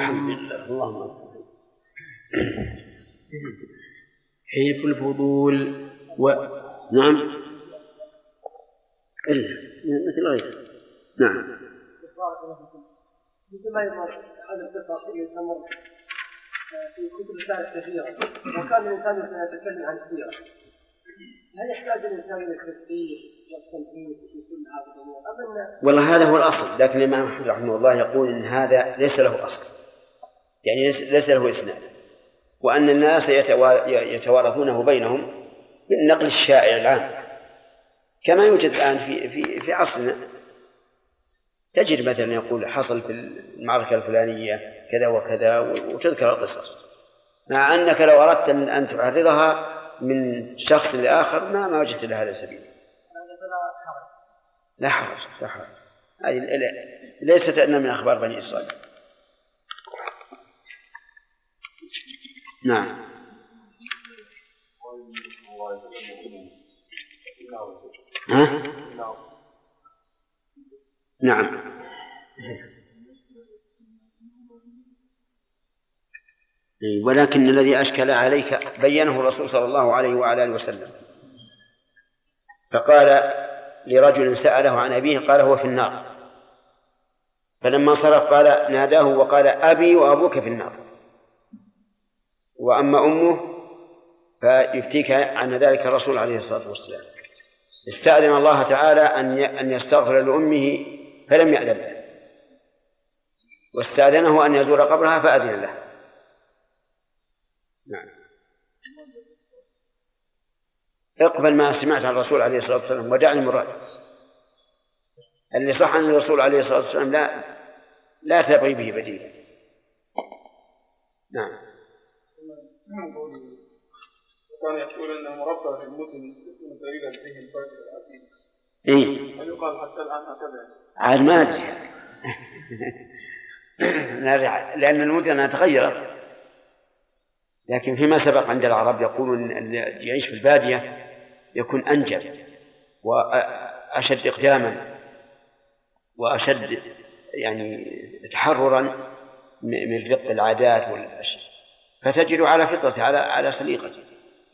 S2: حلف الفضول
S1: نعم مثل غيره. نعم.
S3: مثل ما يظهر هذا القصص يستمر في كتب التاريخ كثيرا، وكان الإنسان يتكلم عن السيرة، هل يحتاج الإنسان إلى التفسير والتنفيذ في كل هذه الأمور؟
S1: والله هذا هو الأصل، لكن الإمام أحمد رحمه الله يقول إن هذا ليس له أصل، يعني ليس له إسناد، وأن الناس يتوارثونه بينهم بالنقل الشائع العام، كما يوجد الآن في عصرنا. تجد مثلا يقول حصل في المعركة الفلانية كذا وكذا وتذكر القصص، مع أنك لو أردت أن تعرضها من شخص لآخر ما وجدت لهذا سبيل. لا حرج. هذه ليست أن من أخبار بني إسرائيل. نعم. نعم. ولكن الذي أشكل عليك بينه الرسول صلى الله عليه وعلى آله وسلم، فقال لرجل سأله عن أبيه قال هو في النار، فلما صرف قال ناداه وقال أبي وأبوك في النار، وأما أمه فيفتيك عن ذلك الرسول عليه الصلاة والسلام. استأذن الله تعالى أن يستغفر لأمه فلم يأذن له، واستأذنه أن يزور قبرها فأذن له. نعم. اقبل ما سمعت عن الرسول عليه الصلاة والسلام ودع المراد. اللي صح عن الرسول عليه الصلاة والسلام لا تبغي به بديلا. نعم.
S4: كان يقول أن مربى في المتن يكون دليلا فيه الفائدة العتيد.
S1: إيه.
S4: هل يقال حتى الآن هكذا؟
S1: عاد ما أدري. نرجع لأن المدن تغيرت، لكن فيما سبق عند العرب يقولون أن يعيش في البادية يكون أنجب وأشد إقداما وأشد يعني تحررا من رق العادات والأشياء، فتجد على فطرة على سليقته.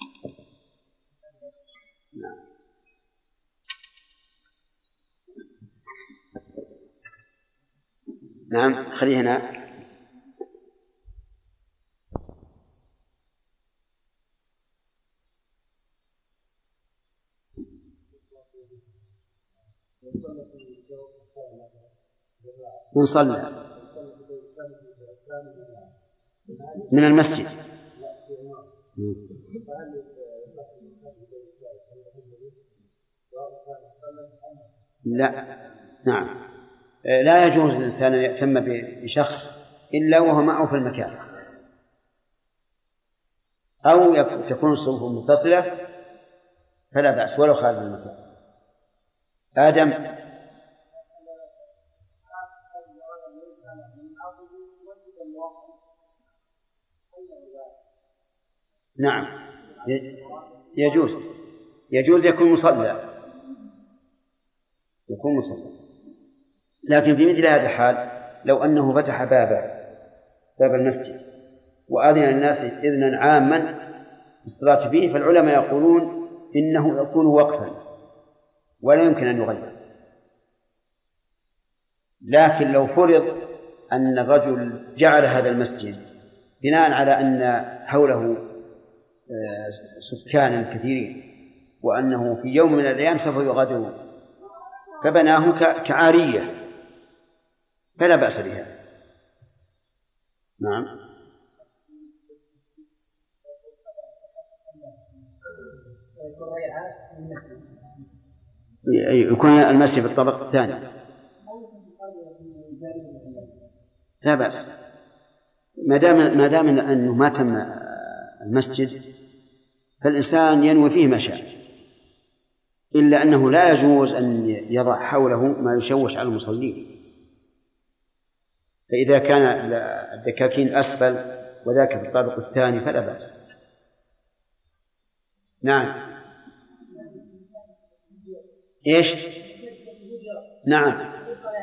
S1: نعم خليه هنا. نصلي من المسجد. لا، نعم، لا يجوز للإنسان أن يأتم بشخص إلا وهو معه في المكان، أو تكون الصفوف متصلة فلا بأس ولو خارج المكان. آدم. نعم، يجوز يكون مصلى، لكن في مثل هذا الحال لو أنه فتح باب المسجد وأذن الناس إذنا عاما الصلاة فيه، فالعلماء يقولون إنه يكون وقفا ولا يمكن أن يغير. لكن لو فرض أن الرجل جعل هذا المسجد بناء على أن حوله سكانا كثيرين وأنه في يوم من الأيام سوف يغادرون، فبناه كعارية فلا بأس بها. نعم. يكون المسجد في الطابق الثاني لا بأس، ما دام أنه ما تم المسجد فالإنسان ينوي فيه ما شاء، إلا أنه لا يجوز أن يضع حوله ما يشوش على المصلين، فإذا كان الدكاكين أسفل وذاك في الطابق الثاني فلا بأس. نعم. إيش؟ نعم،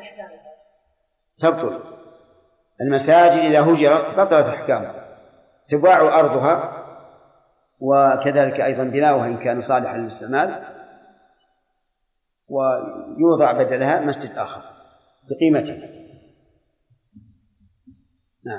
S1: تبطل المساجد إذا هجرت بطلت أحكامها، تباع أرضها وكذلك أيضا بناؤها إن كان صالحا للاستعمال، ويوضع بدلها مسجد آخر بقيمته. نعم.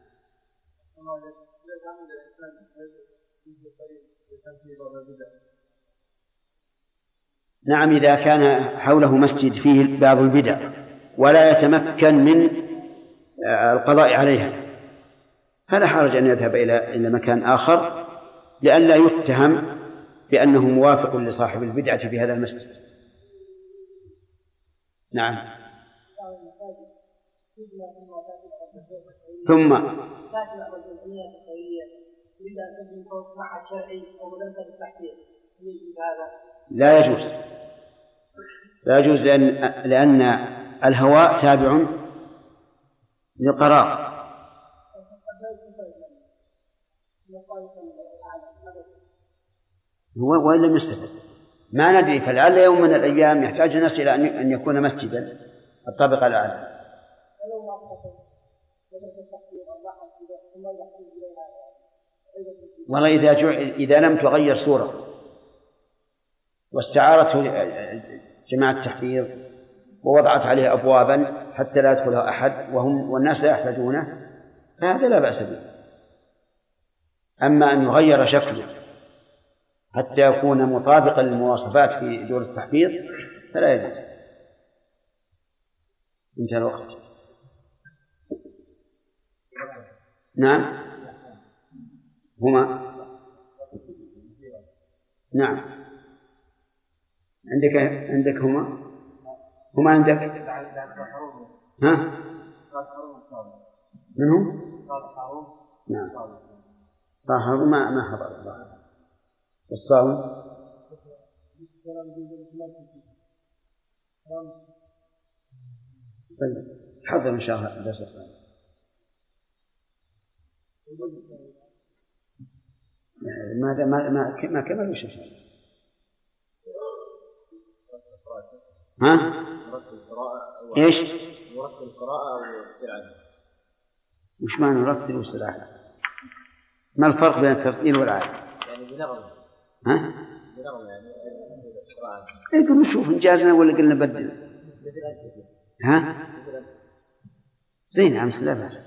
S1: نعم، إذا كان حوله مسجد فيه بعض البدع ولا يتمكن من القضاء عليها فلا حرج أن يذهب إلى مكان آخر لئلا يتهم بأنه موافق لصاحب البدعة في هذا المسجد. نعم. ثم لا يجوز لأن الهواء تابع للقرار. هو وإن لم يستفد ما ندري، فلعل يوم من الأيام يحتاج الناس إلى أن يكون مسجدا الطابق الأعلى. والله إذا لم تغير صورة واستعارته جماعة التحفيظ ووضعت عليه أبوابا حتى لا يدخلها أحد والناس لا يحتاجونه فهذا لا بأس به. أما أن يغير شكله حتى يكون مطابقا للمواصفات في دور التحفيظ فلا يجوز. انتهى الوقت. نعم. هما نعم. عندك هما عندك. ها؟ منهم؟ نعم. صاحب ما حضر الله. والصاوم طيب حضر إن شاء الله درس الثاني. ما كمل وش شيء. ها؟ إيش؟ نرتل القراءة أو الاستلعاب؟ وش معنى نرتل والاستلعاب؟ ما الفرق بين الترتيل والعاد؟ يعني بنغم. ها؟ بنغم يعني القراءة. يقول نشوف إنجازنا ولا قلنا بدل. ها؟ زين نعم لا بأس.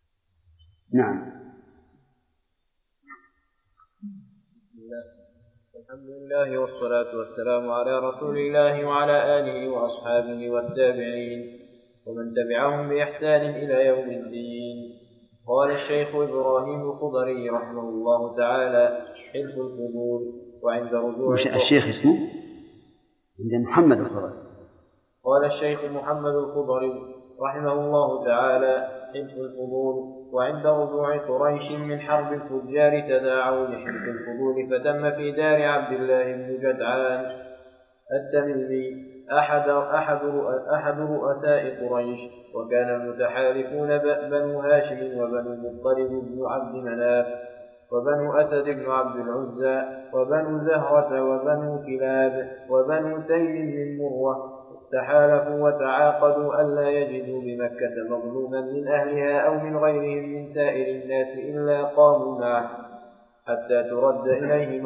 S1: نعم.
S5: الحمد لله والصلاة والسلام على رسول الله وعلى آله وأصحابه والتابعين ومن تبعهم بإحسان إلى يوم الدين. قال الشيخ إبراهيم الخضري رحمه الله تعالى: حلف الفضول. وعند رجوع
S1: الشيخ اسمه عند محمد الخضري.
S5: قال الشيخ محمد الخضري رحمه الله تعالى: حلف الفضول. وعند رجوع قريش من حرب الفجار تداعوا لحلف الفضول، فتم في دار عبد الله بن جدعان التميمي أحد رؤساء قريش، وكان المتحالفون بنو هاشم وبنو مطلب بن عبد مناف وبنو أسد بن عبد العزى وبنو زهرة وبنو كلاب وبنو تيم بن مروة. تحالفوا وتعاقدوا ألا يجدوا بمكة مظلوما من أهلها أو من غيرهم من سائر الناس إلا قاموا معه حتى ترد إليه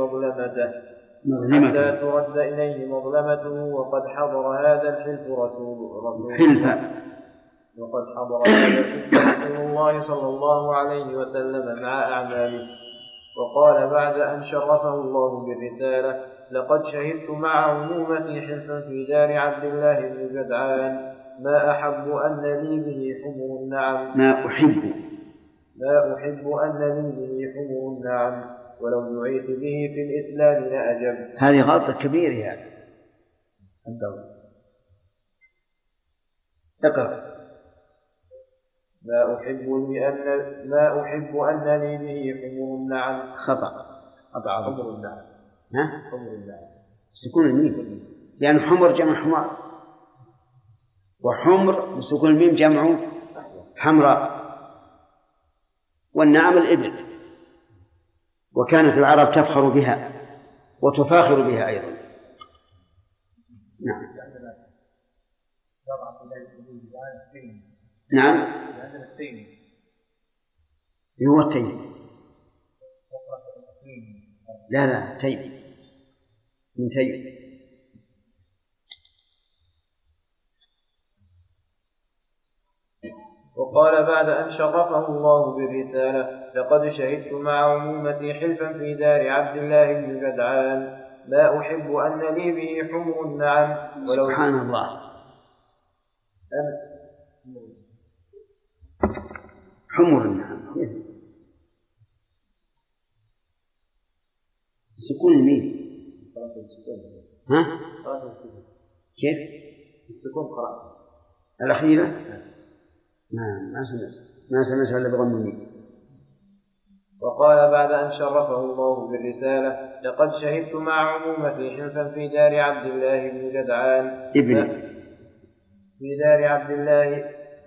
S5: مظلمته. وقد حضر هذا الحلف رسول الله صلى الله عليه وسلم مع أعماله. وقال بعد أن شرفه الله بالرسالة: لقد شهدت مع عمومتي حلفا في دار عبد الله بن جدعان ما أحب أن لي به حمر النعم.
S1: ما أحب
S5: أن لي به حمر النعم ولو دعيت به في الإسلام لأجب.
S1: هذه غلطة كبيرة يعني. اقرأ.
S5: ما أحب أن لي به حمر النعم.
S1: خطأ.
S5: حمر النعم. حمر النعم.
S1: سكون الميم، لأن حمر جمع حمار، وحمر بسكون الميم جمع حمراء، والنعم الإبل، وكانت العرب تفخر بها وتفاخر بها أيضا. نعم هو التيم. لا تيم من تيم.
S5: وقال بعد أن شرفه الله بالرسالة: لقد شهدت مع عمومتي حلفا في دار عبد الله بن جدعان ما أحب أن لي به حمر النعم ولو.
S1: سبحان الله. حمر النعم سكون الميم. ها؟ كيف؟
S5: السكون قرأت
S1: الأخيرة؟ ما سمعت إلا بضم الميم.
S5: وقال بعد أن شرفه الله بالرسالة: لقد شهدت مع عمومتي حلفا في دار عبد الله بن جدعان في دار عبد الله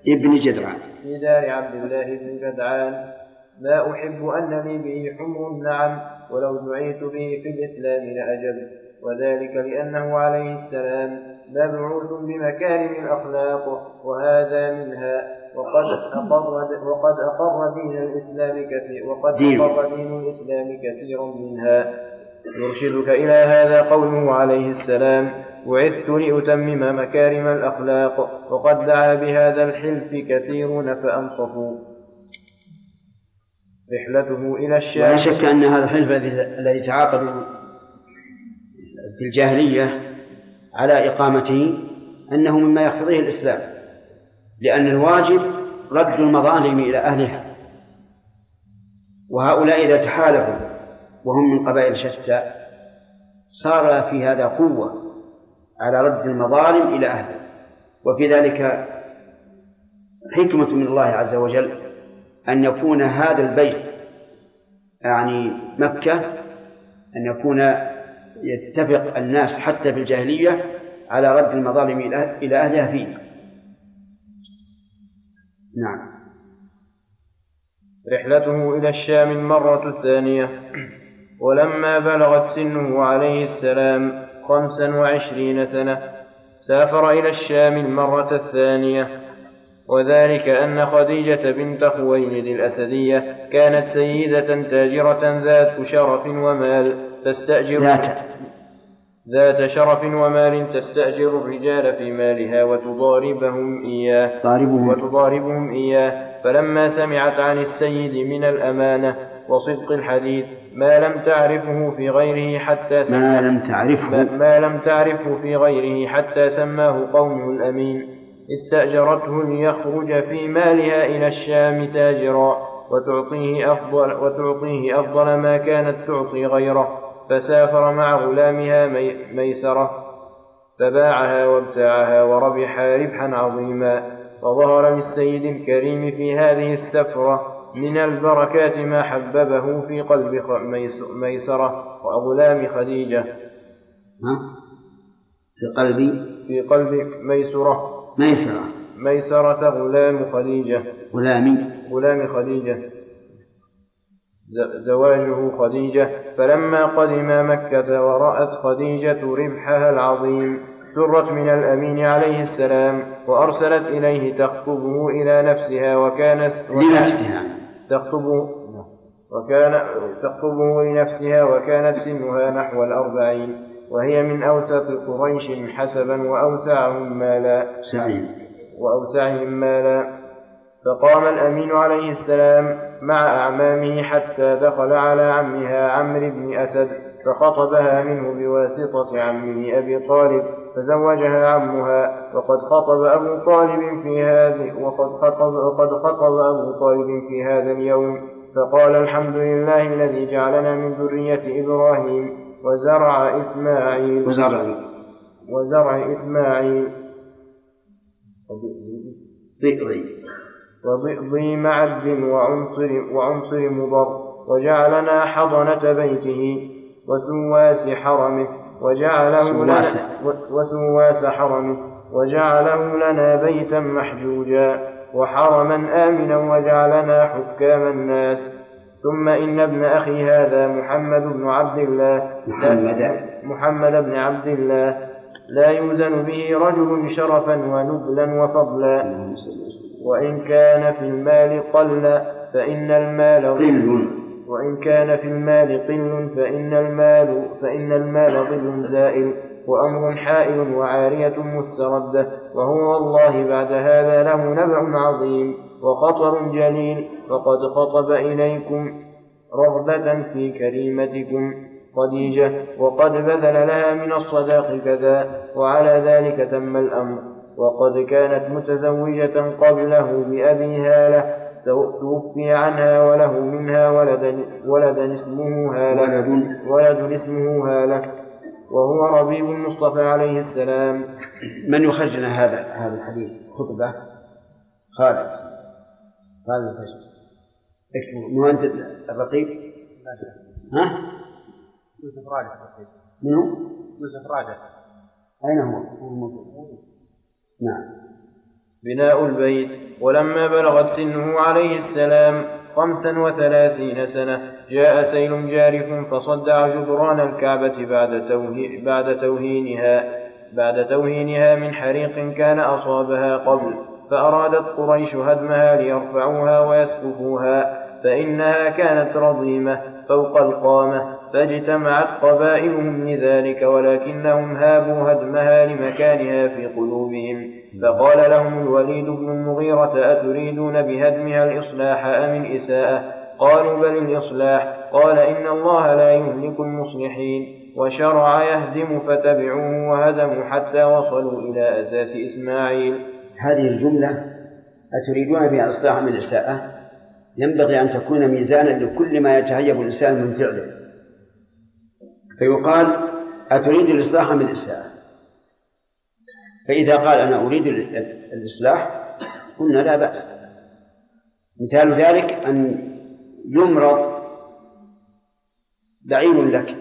S5: بن جدعان ما أحب أن لي به حمر النعم ولو دعيت به في الإسلام لأجب. وذلك لأنه عليه السلام مبعوث بمكارم الأخلاق وهذا منها. وقد أقر دين الإسلام كثيرا منها. يرشدك إلى هذا قوله عليه السلام: بعثت لأتمم مكارم الأخلاق. وقد دعا بهذا الحلف كثيرون فأنصفوا. رحلته إلى الشام.
S1: ولا شك أن هذا الحلف الذي تعاقدوا في الجاهلية على إقامته أنه مما يقتضيه الإسلام، لأن الواجب رد المظالم إلى أهلها، وهؤلاء إذا تحالفوا وهم من قبائل شتى صار في هذا قوة على رد المظالم إلى أهلها. وفي ذلك حكمة من الله عز وجل أن يكون هذا البيت يعني مكة أن يكون يتفق الناس حتى في الجاهلية على رد المظالم إلى أهلها فيه. نعم.
S5: رحلته إلى الشام المرة الثانية. ولما بلغت سنه عليه السلام 25 سنة سافر إلى الشام المرة الثانية. وذلك أن خديجة بنت خويلد الأسدية كانت سيدة تاجرة ذات شرف ومال تستأجر الرجال في مالها وتضاربهم إياه. فلما سمعت عن السيد من الأمانة وصدق الحديث ما لم تعرفه في غيره حتى سماه قومه الأمين. استأجرته ليخرج في مالها إلى الشام تاجرا وتعطيه أفضل ما كانت تعطي غيره، فسافر مع غلامها ميسرة فباعها وابتاعها وربحا ربحا عظيما. وظهر للسيد الكريم في هذه السفرة من البركات ما حببه في قلب ميسرة وغلام خديجة.
S1: في قلب
S5: ميسرة غلام خديجة زواجه خديجة. فلما قدم مكة ورأت خديجة ربحها العظيم سرت من الأمين عليه السلام وأرسلت إليه تخطبه إلى نفسها وكانت سنها نحو 40 وهي من أوسط قريش حسبا وأوسعهم مالا. فقام الأمين عليه السلام مع أعمامه حتى دخل على عمها عمرو بن أسد فخطبها منه بواسطة عمه أبي طالب فزوجها عمها. وقد خطب أبو طالب في هذا اليوم فقال: الحمد لله الذي جعلنا من ذرية إبراهيم وزرع إسماعيل وضئضي معد وعنصر مضر وجعلنا حضنة بيته وسواس حرمه وجعله لنا بيتا محجوجا وحرما آمنا وجعلنا حكام الناس. ثم إن ابن أخي هذا محمد بن عبد الله لا يوزن به رجل شرفا ونبلا وفضلا، وإن كان في المال قل فإن المال ظل زائل وأمر حائل وعارية مستردة. وهو والله بعد هذا له نبع عظيم وخطر جليل. وقد خطب إليكم رغبة في كريمتكم خديجة وقد بذل لها من الصداق كذا، وعلى ذلك تم الأمر. وقد كانت متزوجة قبله بأبي هالة توفي عنها وله منها ولد اسمه هالة وهو ربيب المصطفى عليه السلام.
S1: من يخرجنا هذا الحديث خطبة؟ خالد الخشب. اكتبوا من أنت الرقيب؟
S3: يوسف راجع.
S1: منو؟
S3: يوسف راجع.
S1: أين هو؟ نعم.
S5: بناء البيت. ولما بلغت سنه عليه السلام 35 سنة جاء سيل جارف فصدع جدران الكعبة بعد توهينها من حريق كان أصابها قبل، فأرادت قريش هدمها ليرفعوها ويسقفوها، فإنها كانت رضيمة فوق القامة، فاجتمعت قبائلهم لذلك، ولكنهم هابوا هدمها لمكانها في قلوبهم. فقال لهم الوليد بن المغيرة: أتريدون بهدمها الإصلاح أم الإساءة؟ قالوا: بل الإصلاح. قال: إن الله لا يهلك المصلحين. وشرع يهدم فتبعوه وهدموا حتى وصلوا إلى أساس إسماعيل.
S1: هذه الجملة أتريدون بها الإصلاح من الإساءة ينبغي أن تكون ميزانا لكل ما يتهيب الإنسان من فعله، فيقال: أتريد الإصلاح من الإساءة. فإذا قال: أنا أريد الإصلاح قلنا لا بأس. مثال ذلك أن يمرض بعير لك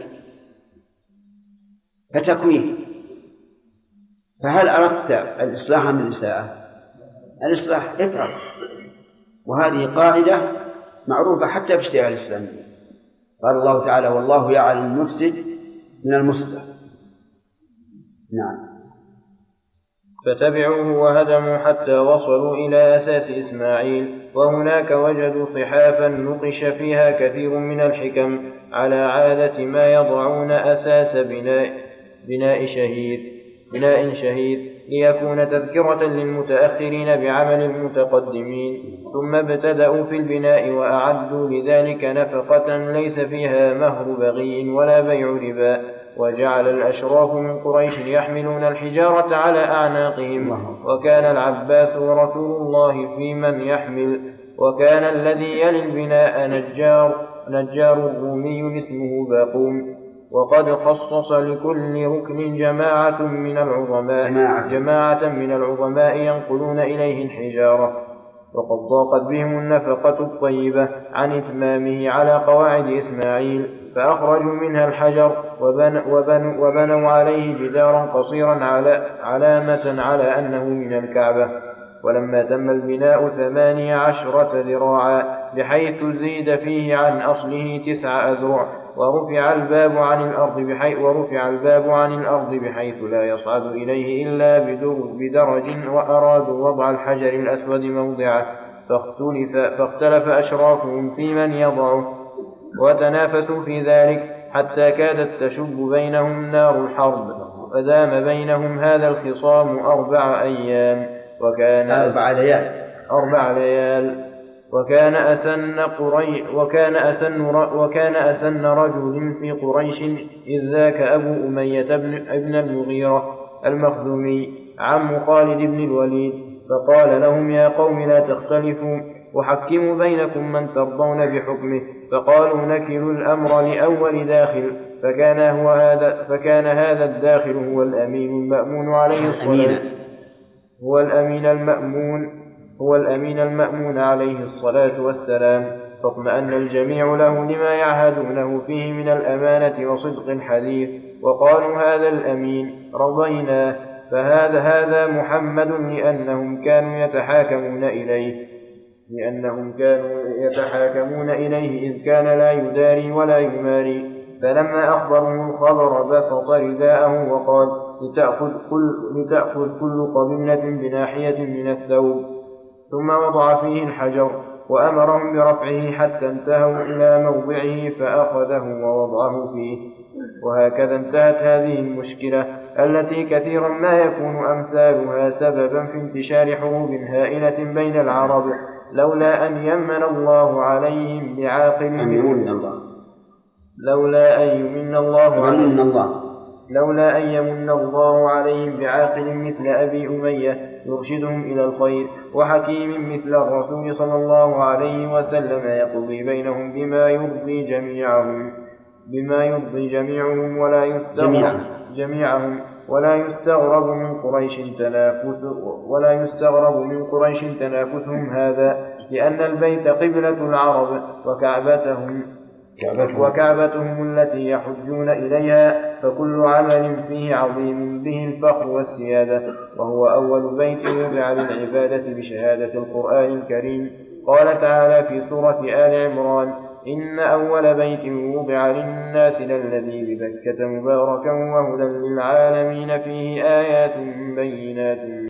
S1: فتكويه، فهل أردت الإصلاح من الإساءة؟ الإصلاح افعل. وهذه قاعدة معروفة حتى في الشريعة الإسلامية. قال الله تعالى: والله يعلم المفسد من المصلح. نعم.
S5: فتبعوه وهدموا حتى وصلوا إلى أساس إسماعيل، وهناك وجدوا صحافا نقش فيها كثير من الحكم على عادة ما يضعون أساس بناء شهيد. بناء شهيد ليكون تذكرة للمتأخرين بعمل المتقدمين. ثم ابتدأوا في البناء وأعدوا لذلك نفقة ليس فيها مهر بغي ولا بيع ربا. وجعل الأشراف من قريش يحملون الحجارة على أعناقهم، وكان العباس ورسول الله في من يحمل. وكان الذي يلي البناء نجار الرومي اسمه باقوم. وقد خصص لكل ركن جماعة من العظماء ينقلون إليه الحجارة. وقد ضاقت بهم النفقة الطيبة عن إتمامه على قواعد إسماعيل، فأخرجوا منها الحجر وبنوا عليه جدارا قصيرا علامة على أنه من الكعبة. ولما تم البناء 18 ذراعا، بحيث زيد فيه عن أصله 9 أذرع، ورفع الباب عن الأرض بحيث لا يصعد إليه إلا بدرج، وأرادوا وضع الحجر الأسود موضعه، فاختلف أشرافهم في من يضعه، وتنافسوا في ذلك حتى كادت تشب بينهم نار الحرب. فدام بينهم هذا الخصام 4 أيام، وكان 4 ليال. وكان أسن رجل في قريش إذ ذاك أبو أمية ابن المغيرة المخزومي عم خالد بن الوليد، فقال لهم: يا قوم لا تختلفوا، وحكموا بينكم من ترضون بحكمه. فقالوا: نكل الأمر لأول داخل، فكان هذا الداخل هو الأمين المأمون عليه الصلاة هو الأمين المأمون عليه الصلاة والسلام. فاطمأن الجميع له لما يعهدونه فيه من الأمانة وصدق الحديث، وقالوا: هذا الأمين رضيناه. هذا محمد، لأنهم كانوا يتحاكمون إليه إذ كان لا يداري ولا يماري. فلما أخبره الخبر بسط رداءه وقال: لتأخذ كل قبيلة بناحية من الثوب. ثم وضع فيه الحجر وأمرهم برفعه حتى انتهوا إلى موضعه، فأخذه ووضعه فيه. وهكذا انتهت هذه المشكلة التي كثيرا ما يكون أمثالها سببا في انتشار حروب هائلة بين العرب، لولا أن يمن الله عليهم بعاقل مثل أبي أمية يرشدهم إلى الخير، وحكيم مثل الرسول صلى الله عليه وسلم يقضي بينهم بما يرضي جميعهم ولا يستغرب من قريش تنافسهم هذا، لأن البيت قبلة العرب وكعبتهم التي يحجون إليها، فكل عمل فيه عظيم به الفخر والسيادة، وهو أول بيت وضع للعبادة بشهادة القرآن الكريم. قال تعالى في سورة آل عمران: إن أول بيت وضع للناس للذي ببكة مباركا وهدى للعالمين فيه آيات بينات